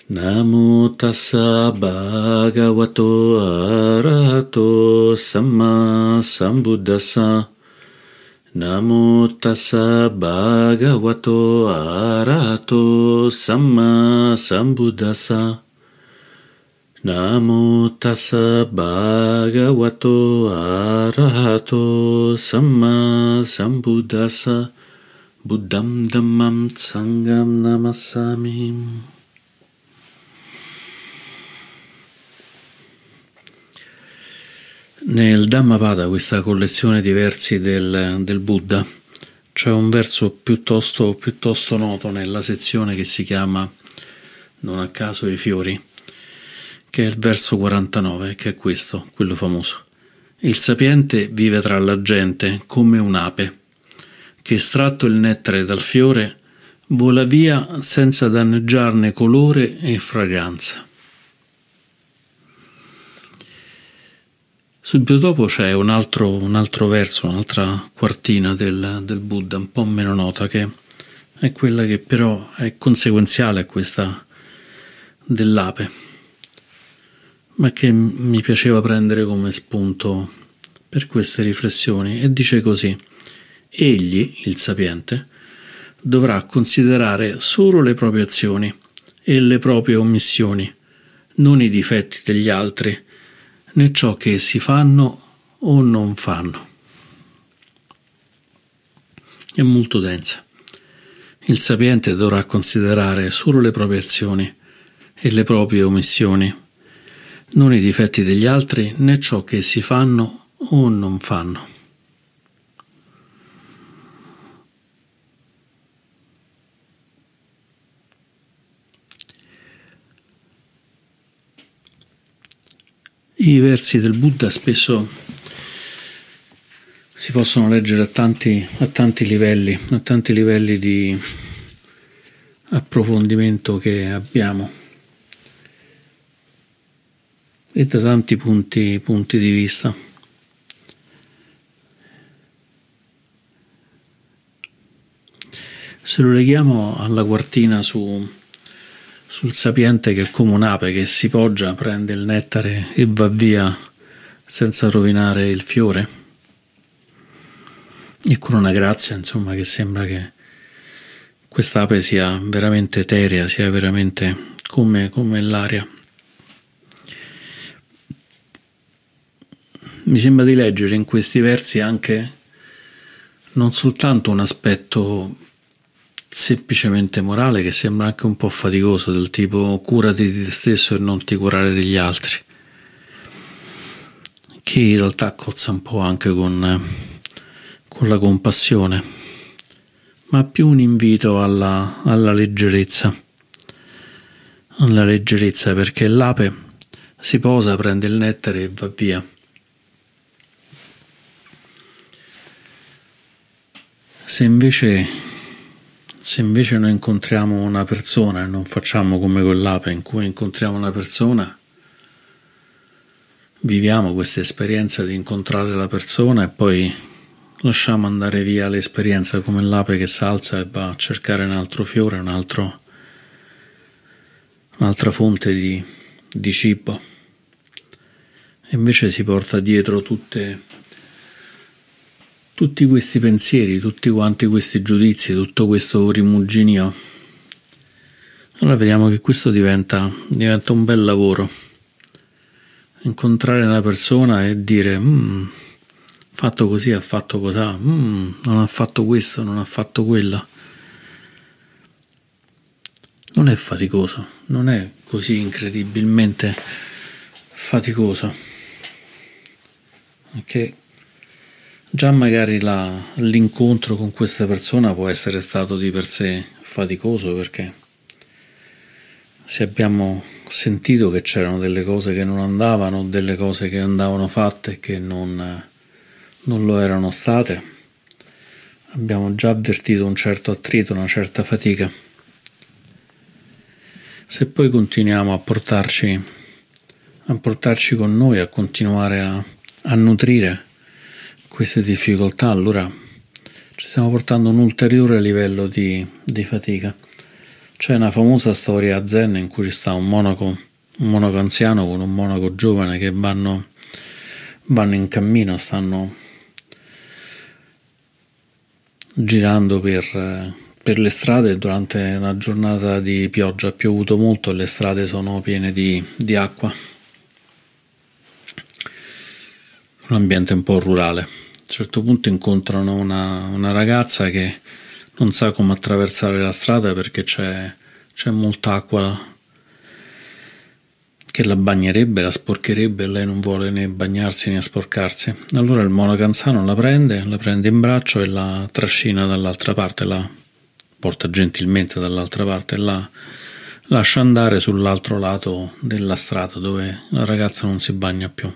Namo tassa bhagavato arahato samma sambuddhassa. Namo tassa bhagavato arahato samma sambuddhassa. Namo tassa bhagavato arahato samma sambuddhassa. Buddham dhammam sangham namassami. Nel Dhammapada, questa collezione di versi del Buddha, c'è un verso piuttosto noto nella sezione che si chiama, non a caso, i fiori, che è il verso 49, che è questo, quello famoso. Il sapiente vive tra la gente come un'ape, che estratto il nettare dal fiore vola via senza danneggiarne colore e fragranza. Subito dopo c'è un altro verso, un'altra quartina del Buddha, un po' meno nota, che è quella che però è conseguenziale a questa dell'ape, ma che mi piaceva prendere come spunto per queste riflessioni, e dice così: egli, il sapiente, dovrà considerare solo le proprie azioni e le proprie omissioni, non i difetti degli altri, né ciò che essi fanno o non fanno. È molto densa. Il sapiente dovrà considerare solo le proprie azioni e le proprie omissioni, non i difetti degli altri, né ciò che essi fanno o non fanno. I versi del Buddha spesso si possono leggere a tanti livelli di approfondimento che abbiamo e da tanti punti di vista. Se lo leghiamo alla quartina sul sapiente che è come un'ape che si poggia, prende il nettare e va via senza rovinare il fiore, e con una grazia, insomma, che sembra che quest'ape sia veramente eterea, sia veramente come l'aria. Mi sembra di leggere in questi versi anche non soltanto un aspetto semplicemente morale, che sembra anche un po' faticoso, del tipo curati di te stesso e non ti curare degli altri, che in realtà cozza un po' anche con la compassione, ma più un invito alla leggerezza, perché l'ape si posa, prende il nettare e va via. Se invece noi incontriamo una persona e non facciamo come quell'ape in cui incontriamo una persona, viviamo questa esperienza di incontrare la persona e poi lasciamo andare via l'esperienza, come l'ape che si alza e va a cercare un altro fiore, un'altra fonte di cibo, e invece si porta dietro tutti questi pensieri, tutti quanti questi giudizi, tutto questo rimuginio. Allora vediamo che questo diventa un bel lavoro. Incontrare una persona e dire fatto così, ha fatto cos'ha, non ha fatto questo, non ha fatto quello. Non è faticoso, non è così incredibilmente faticoso. Perché già magari l'incontro con questa persona può essere stato di per sé faticoso, perché se abbiamo sentito che c'erano delle cose che non andavano, delle cose che andavano fatte e che non lo erano state, abbiamo già avvertito un certo attrito, una certa fatica. Se poi continuiamo a portarci con noi, a continuare a nutrire queste difficoltà, allora ci stiamo portando un ulteriore livello di fatica. C'è una famosa storia zen in cui ci sta un monaco anziano con un monaco giovane che vanno in cammino, stanno girando per le strade durante una giornata di pioggia. Ha piovuto molto e le strade sono piene di acqua. Un ambiente un po' rurale. A un certo punto incontrano una ragazza che non sa come attraversare la strada perché c'è molta acqua che la bagnerebbe, la sporcherebbe, e lei non vuole né bagnarsi né sporcarsi. Allora il monaco anziano la prende in braccio e la trascina dall'altra parte, la porta gentilmente dall'altra parte e la lascia andare sull'altro lato della strada dove la ragazza non si bagna più.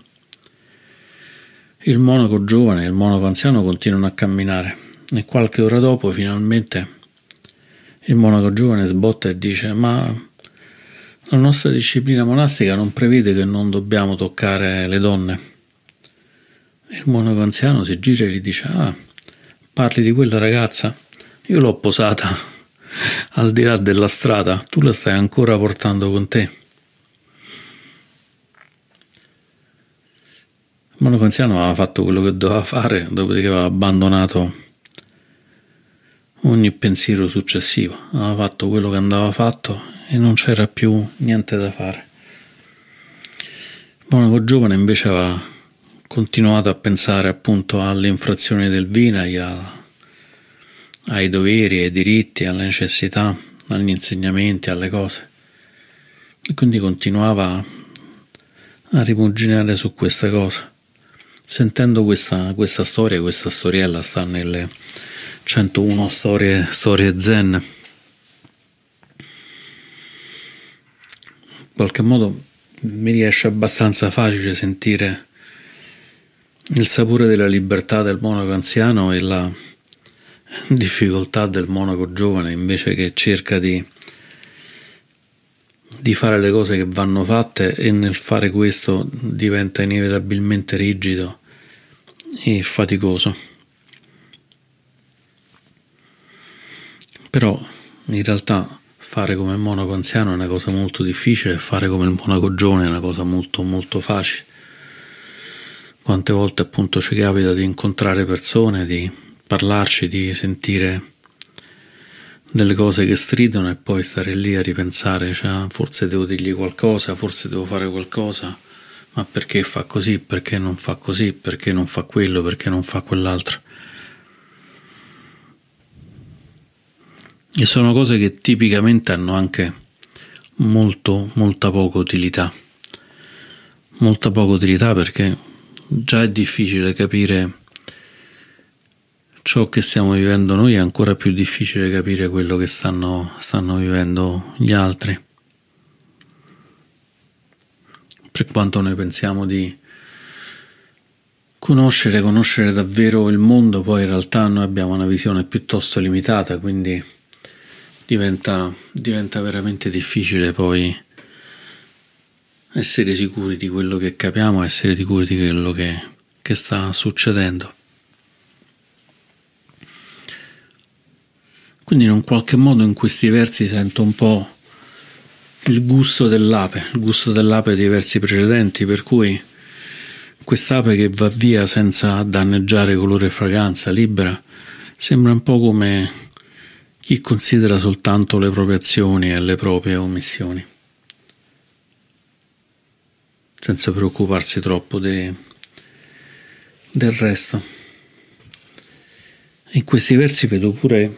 Il monaco giovane e il monaco anziano continuano a camminare e qualche ora dopo finalmente il monaco giovane sbotta e dice: ma la nostra disciplina monastica non prevede che non dobbiamo toccare le donne. E il monaco anziano si gira e gli dice: ah, parli di quella ragazza? Io l'ho posata al di là della strada, tu la stai ancora portando con te. Il monaco anziano aveva fatto quello che doveva fare, dopodiché aveva abbandonato ogni pensiero successivo, aveva fatto quello che andava fatto e non c'era più niente da fare. Il monaco giovane invece aveva continuato a pensare appunto alle infrazioni del Vinaya, ai doveri, ai diritti, alle necessità, agli insegnamenti, alle cose, e quindi continuava a rimuginare su questa cosa. Sentendo questa storiella sta nelle 101 storie zen. In qualche modo mi riesce abbastanza facile sentire il sapore della libertà del monaco anziano e la difficoltà del monaco giovane, invece, che cerca di fare le cose che vanno fatte e nel fare questo diventa inevitabilmente rigido e faticoso. Però in realtà fare come il monaco anziano è una cosa molto difficile e fare come il monaco giovane è una cosa molto molto facile. Quante volte appunto ci capita di incontrare persone, di parlarci, di sentire delle cose che stridono e poi stare lì a ripensare, cioè, forse devo dirgli qualcosa, forse devo fare qualcosa, ma perché fa così, perché non fa così, perché non fa quello, perché non fa quell'altro. E sono cose che tipicamente hanno anche molta poca utilità. Molta poca utilità perché già è difficile capire ciò che stiamo vivendo noi, è ancora più difficile capire quello che stanno vivendo gli altri. Per quanto noi pensiamo di conoscere davvero il mondo, poi in realtà noi abbiamo una visione piuttosto limitata, quindi diventa veramente difficile poi essere sicuri di quello che capiamo, essere sicuri di quello che sta succedendo. Quindi in un qualche modo in questi versi sento un po' il gusto dell'ape dei versi precedenti, per cui quest'ape che va via senza danneggiare colore e fragranza, libera, sembra un po' come chi considera soltanto le proprie azioni e le proprie omissioni, senza preoccuparsi troppo del resto. In questi versi vedo pure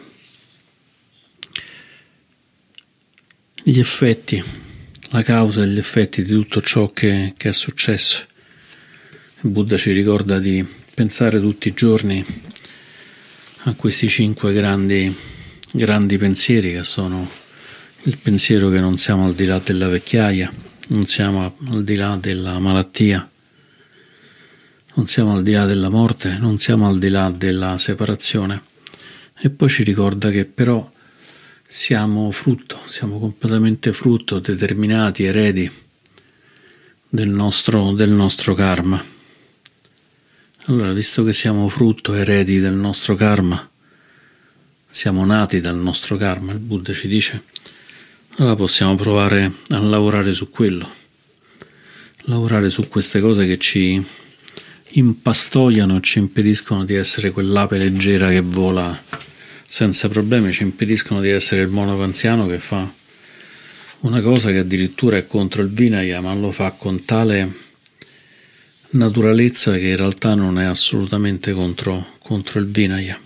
gli effetti, la causa e gli effetti di tutto ciò che è successo. Il Buddha ci ricorda di pensare tutti i giorni a questi 5 grandi pensieri, che sono il pensiero che non siamo al di là della vecchiaia, non siamo al di là della malattia, non siamo al di là della morte, non siamo al di là della separazione. E poi ci ricorda che però siamo completamente frutto, determinati, eredi del nostro karma. Allora, visto che siamo frutto, eredi del nostro karma, siamo nati dal nostro karma, il Buddha ci dice, allora possiamo provare a lavorare su quello, lavorare su queste cose che ci impastoiano e ci impediscono di essere quell'ape leggera che vola senza problemi, ci impediscono di essere il monaco anziano che fa una cosa che addirittura è contro il Vinaya, ma lo fa con tale naturalezza che in realtà non è assolutamente contro il Vinaya.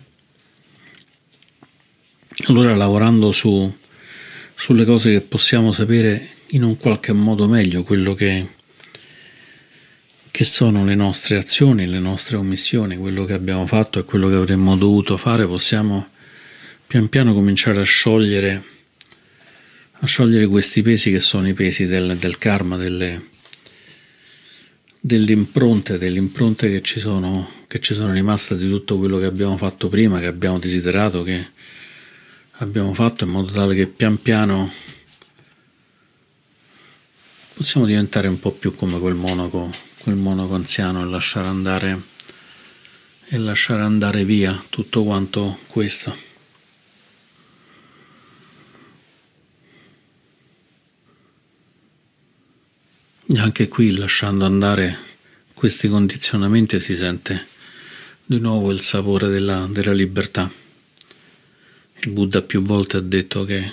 Allora, lavorando sulle cose che possiamo sapere in un qualche modo meglio, quello che sono le nostre azioni, le nostre omissioni, quello che abbiamo fatto e quello che avremmo dovuto fare, possiamo pian piano cominciare a sciogliere questi pesi che sono i pesi del karma, delle impronte che ci sono rimaste di tutto quello che abbiamo fatto prima, che abbiamo desiderato, che abbiamo fatto, in modo tale che pian piano possiamo diventare un po' più come quel monaco anziano e lasciare andare via tutto quanto questo. E anche qui, lasciando andare questi condizionamenti, si sente di nuovo il sapore della libertà. Il Buddha più volte ha detto che,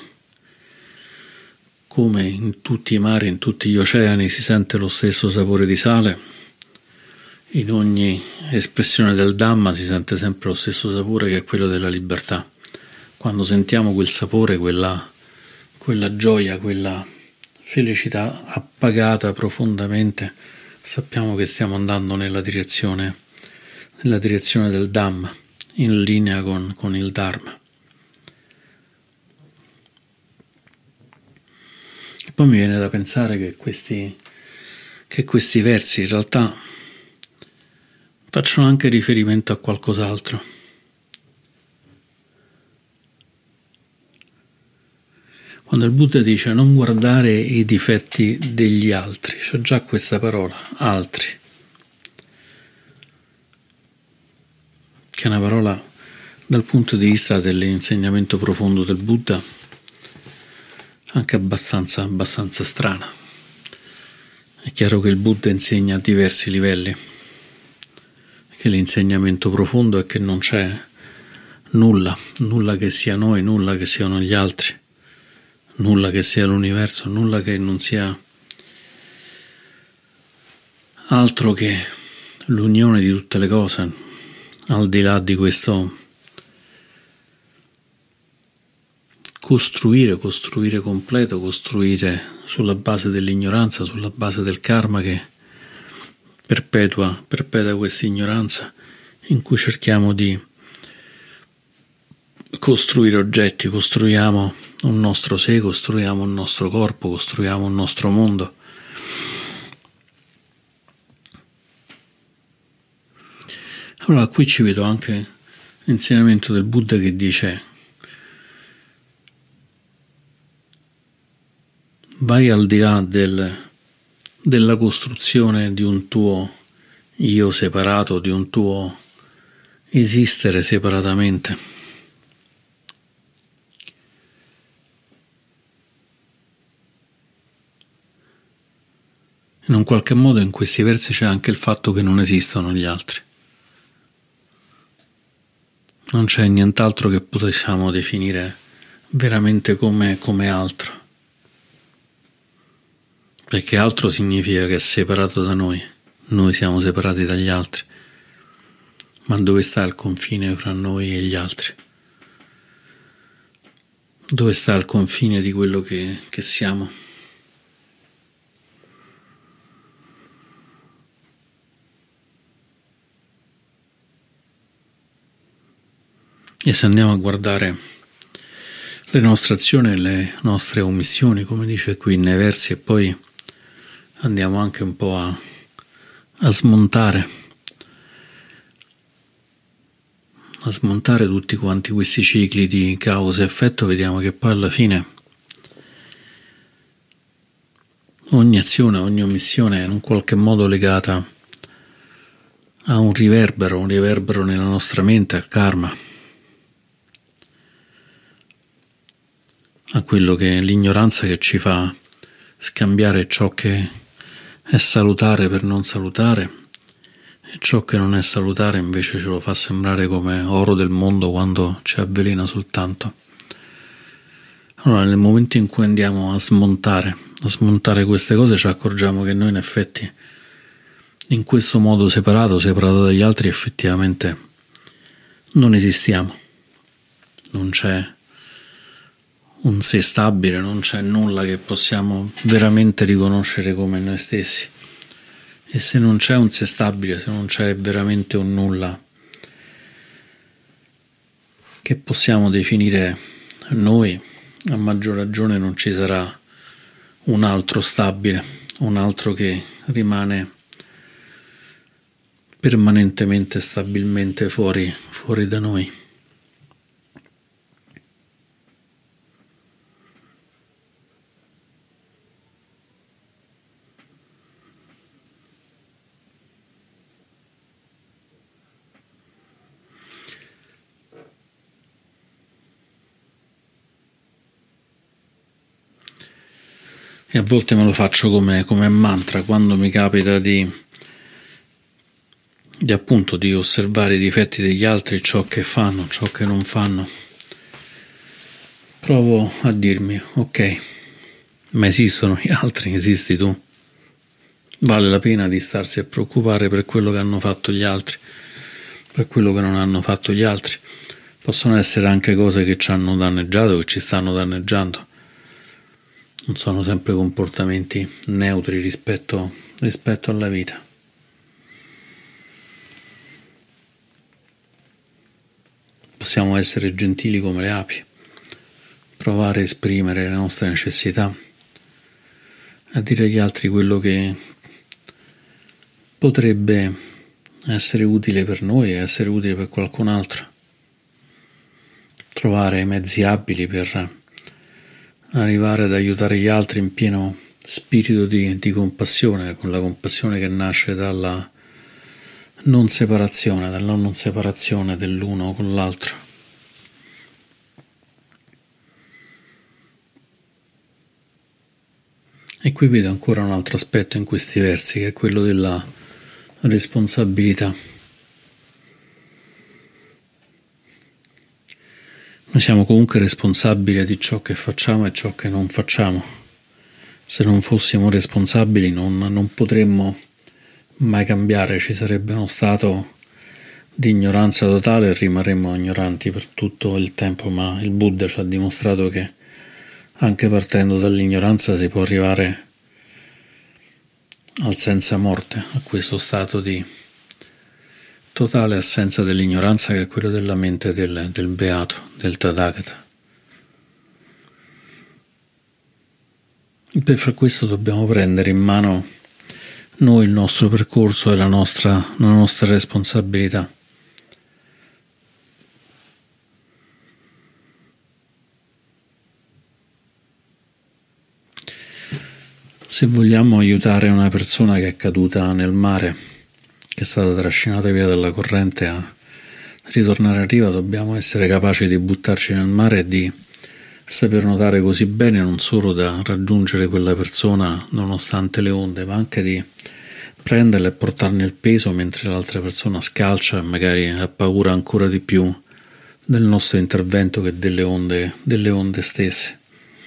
come in tutti i mari, in tutti gli oceani, si sente lo stesso sapore di sale, in ogni espressione del Dhamma si sente sempre lo stesso sapore, che è quello della libertà. Quando sentiamo quel sapore, quella gioia, quella felicità appagata profondamente, sappiamo che stiamo andando nella direzione del Dhamma, in linea con il Dharma. E poi mi viene da pensare che questi versi in realtà facciano anche riferimento a qualcos'altro. Quando il Buddha dice non guardare i difetti degli altri, c'è già questa parola, altri, che è una parola dal punto di vista dell'insegnamento profondo del Buddha anche abbastanza strana. È chiaro che il Buddha insegna a diversi livelli, che l'insegnamento profondo è che non c'è nulla che sia noi, nulla che siano gli altri, nulla che sia l'universo, nulla che non sia altro che l'unione di tutte le cose, al di là di questo costruire completo, costruire sulla base dell'ignoranza, sulla base del karma che perpetua questa ignoranza, in cui cerchiamo di costruire oggetti, costruiamo un nostro sé, costruiamo un nostro corpo, costruiamo un nostro mondo. Allora qui ci vedo anche l'insegnamento del Buddha che dice: vai al di là della costruzione di un tuo io separato, di un tuo esistere separatamente. In un qualche modo in questi versi c'è anche il fatto che non esistono gli altri. Non c'è nient'altro che possiamo definire veramente come altro. Perché altro significa che è separato da noi siamo separati dagli altri. Ma dove sta il confine fra noi e gli altri? Dove sta il confine di quello che siamo? E se andiamo a guardare le nostre azioni e le nostre omissioni, come dice qui nei versi, e poi andiamo anche un po' a smontare tutti quanti questi cicli di causa e effetto, vediamo che poi alla fine ogni azione, ogni omissione è in un qualche modo legata a un riverbero nella nostra mente, al karma. a quello che è l'ignoranza che ci fa scambiare ciò che è salutare per non salutare e ciò che non è salutare invece ce lo fa sembrare come oro del mondo quando ci avvelena soltanto. Allora, nel momento in cui andiamo a smontare queste cose, ci accorgiamo che noi in effetti in questo modo separato dagli altri, effettivamente non esistiamo. Non c'è un sé stabile, non c'è nulla che possiamo veramente riconoscere come noi stessi. E se non c'è un sé stabile, se non c'è veramente un nulla che possiamo definire noi, a maggior ragione non ci sarà un altro stabile, un altro che rimane permanentemente, stabilmente fuori da noi. E a volte me lo faccio come mantra quando mi capita di appunto di osservare i difetti degli altri, ciò che fanno, ciò che non fanno. Provo a dirmi, ok, ma esistono gli altri, esisti tu. Vale la pena di starsi a preoccupare per quello che hanno fatto gli altri, per quello che non hanno fatto gli altri. Possono essere anche cose che ci hanno danneggiato, che ci stanno danneggiando. Non sono sempre comportamenti neutri rispetto alla vita. Possiamo essere gentili come le api, provare a esprimere le nostre necessità, a dire agli altri quello che potrebbe essere utile per noi e essere utile per qualcun altro. Trovare mezzi abili per arrivare ad aiutare gli altri in pieno spirito di compassione, con la compassione che nasce dalla non separazione dell'uno con l'altro. E qui vedo ancora un altro aspetto in questi versi, che è quello della responsabilità. Noi siamo comunque responsabili di ciò che facciamo e ciò che non facciamo. Se non fossimo responsabili non potremmo mai cambiare, ci sarebbe uno stato di ignoranza totale e rimarremmo ignoranti per tutto il tempo, ma il Buddha ci ha dimostrato che anche partendo dall'ignoranza si può arrivare al senza morte, a questo stato di totale assenza dell'ignoranza che è quello della mente del beato, del Tathagata. Per far questo dobbiamo prendere in mano noi il nostro percorso e la nostra responsabilità. Se vogliamo aiutare una persona che è caduta nel mare, che è stata trascinata via dalla corrente, a ritornare a riva, dobbiamo essere capaci di buttarci nel mare e di saper nuotare così bene non solo da raggiungere quella persona nonostante le onde, ma anche di prenderla e portarne il peso mentre l'altra persona scalcia e magari ha paura ancora di più del nostro intervento che delle onde stesse.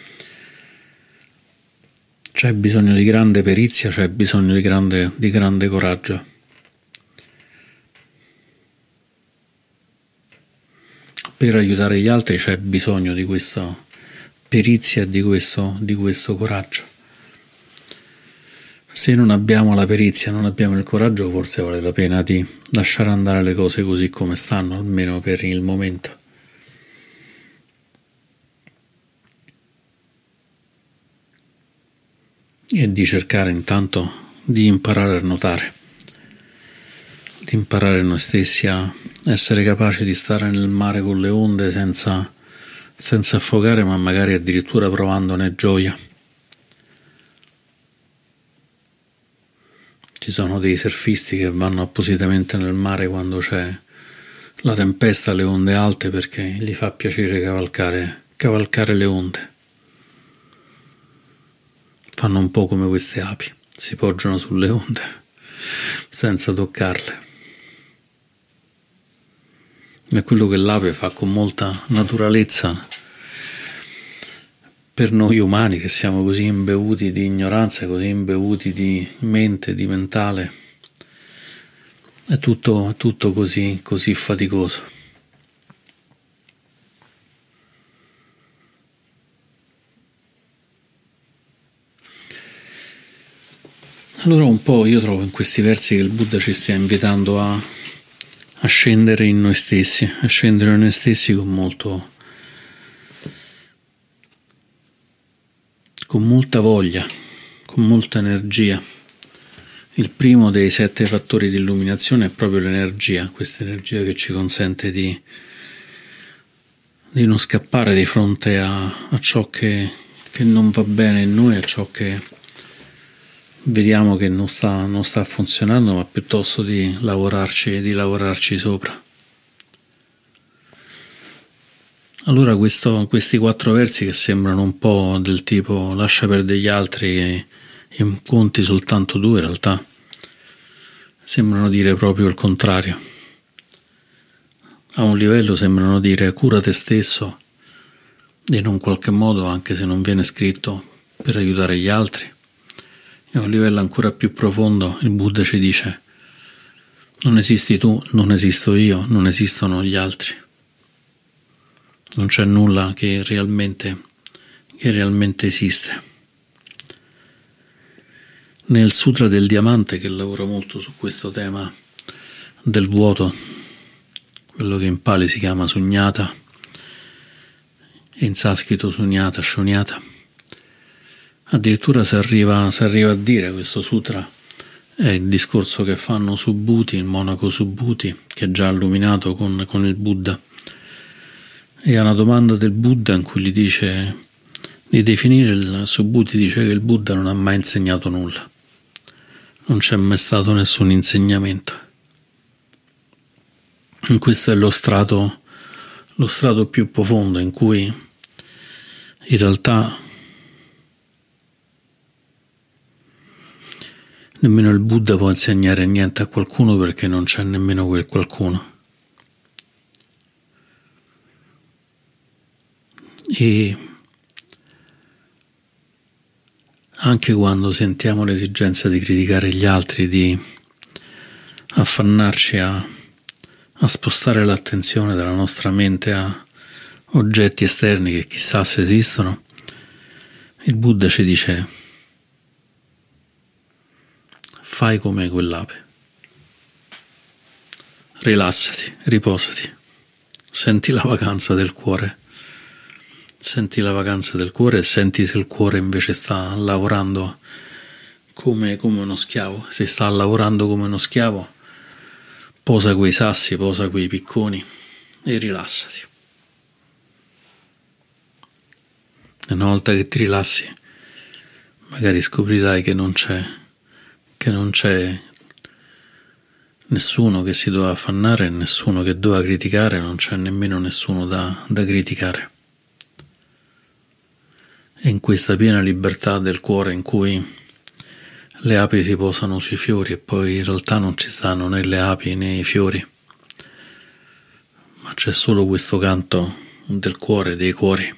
C'è bisogno di grande perizia, c'è bisogno di grande coraggio. Per aiutare gli altri c'è bisogno di questa perizia e di questo coraggio. Se non abbiamo la perizia, non abbiamo il coraggio, forse vale la pena di lasciare andare le cose così come stanno, almeno per il momento. E di cercare intanto di imparare a nuotare, di imparare noi stessi a essere capaci di stare nel mare con le onde senza affogare, ma magari addirittura provandone gioia. Ci sono dei surfisti che vanno appositamente nel mare quando c'è la tempesta, le onde alte, perché gli fa piacere cavalcare le onde. fanno un po' come queste api, si poggiano sulle onde senza toccarle. È quello che l'ape fa con molta naturalezza per noi umani, che siamo così imbevuti di ignoranza, così imbevuti di mente, di mentale. È tutto così faticoso. Allora un po' io trovo in questi versi che il Buddha ci stia invitando a scendere in noi stessi, con molta voglia, con molta energia. Il primo dei 7 fattori di illuminazione è proprio l'energia, questa energia che ci consente di non scappare di fronte a ciò che non va bene in noi, a ciò che vediamo che non sta funzionando, ma piuttosto di lavorarci sopra. Allora questi 4 versi, che sembrano un po' del tipo lascia perdere gli altri e conti soltanto 2, in realtà sembrano dire proprio il contrario. A un livello sembrano dire cura te stesso, e in un qualche modo, anche se non viene scritto, per aiutare gli altri. E a un livello ancora più profondo il Buddha ci dice: non esisti tu, non esisto io, non esistono gli altri. Non c'è nulla che realmente esiste. Nel Sutra del Diamante, che lavora molto su questo tema del vuoto, quello che in Pali si chiama Sunyata e in sanscrito Sunyata, Shunyata, addirittura si arriva a dire, questo sutra è il discorso che fanno Subhuti, il monaco Subhuti, che è già illuminato con il Buddha, e a una domanda del Buddha in cui gli dice di definire, il Subhuti dice che il Buddha non ha mai insegnato nulla, non c'è mai stato nessun insegnamento. Questo è lo strato più profondo, in cui in realtà nemmeno il Buddha può insegnare niente a qualcuno, perché non c'è nemmeno quel qualcuno. E anche quando sentiamo l'esigenza di criticare gli altri, di affannarci a spostare l'attenzione dalla nostra mente a oggetti esterni che chissà se esistono, il Buddha ci dice: fai come quell'ape, rilassati, riposati, senti la vacanza del cuore, e senti se il cuore invece sta lavorando come uno schiavo. Se sta lavorando come uno schiavo, posa quei sassi, posa quei picconi e rilassati. E una volta che ti rilassi, magari scoprirai che non c'è nessuno che si doveva affannare, nessuno che doveva criticare, non c'è nemmeno nessuno da criticare. E in questa piena libertà del cuore, in cui le api si posano sui fiori e poi in realtà non ci stanno né le api né i fiori, ma c'è solo questo canto del cuore, dei cuori.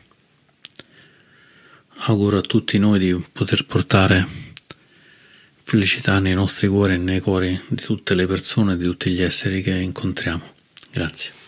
Auguro a tutti noi di poter portare felicità nei nostri cuori e nei cuori di tutte le persone, di tutti gli esseri che incontriamo. Grazie.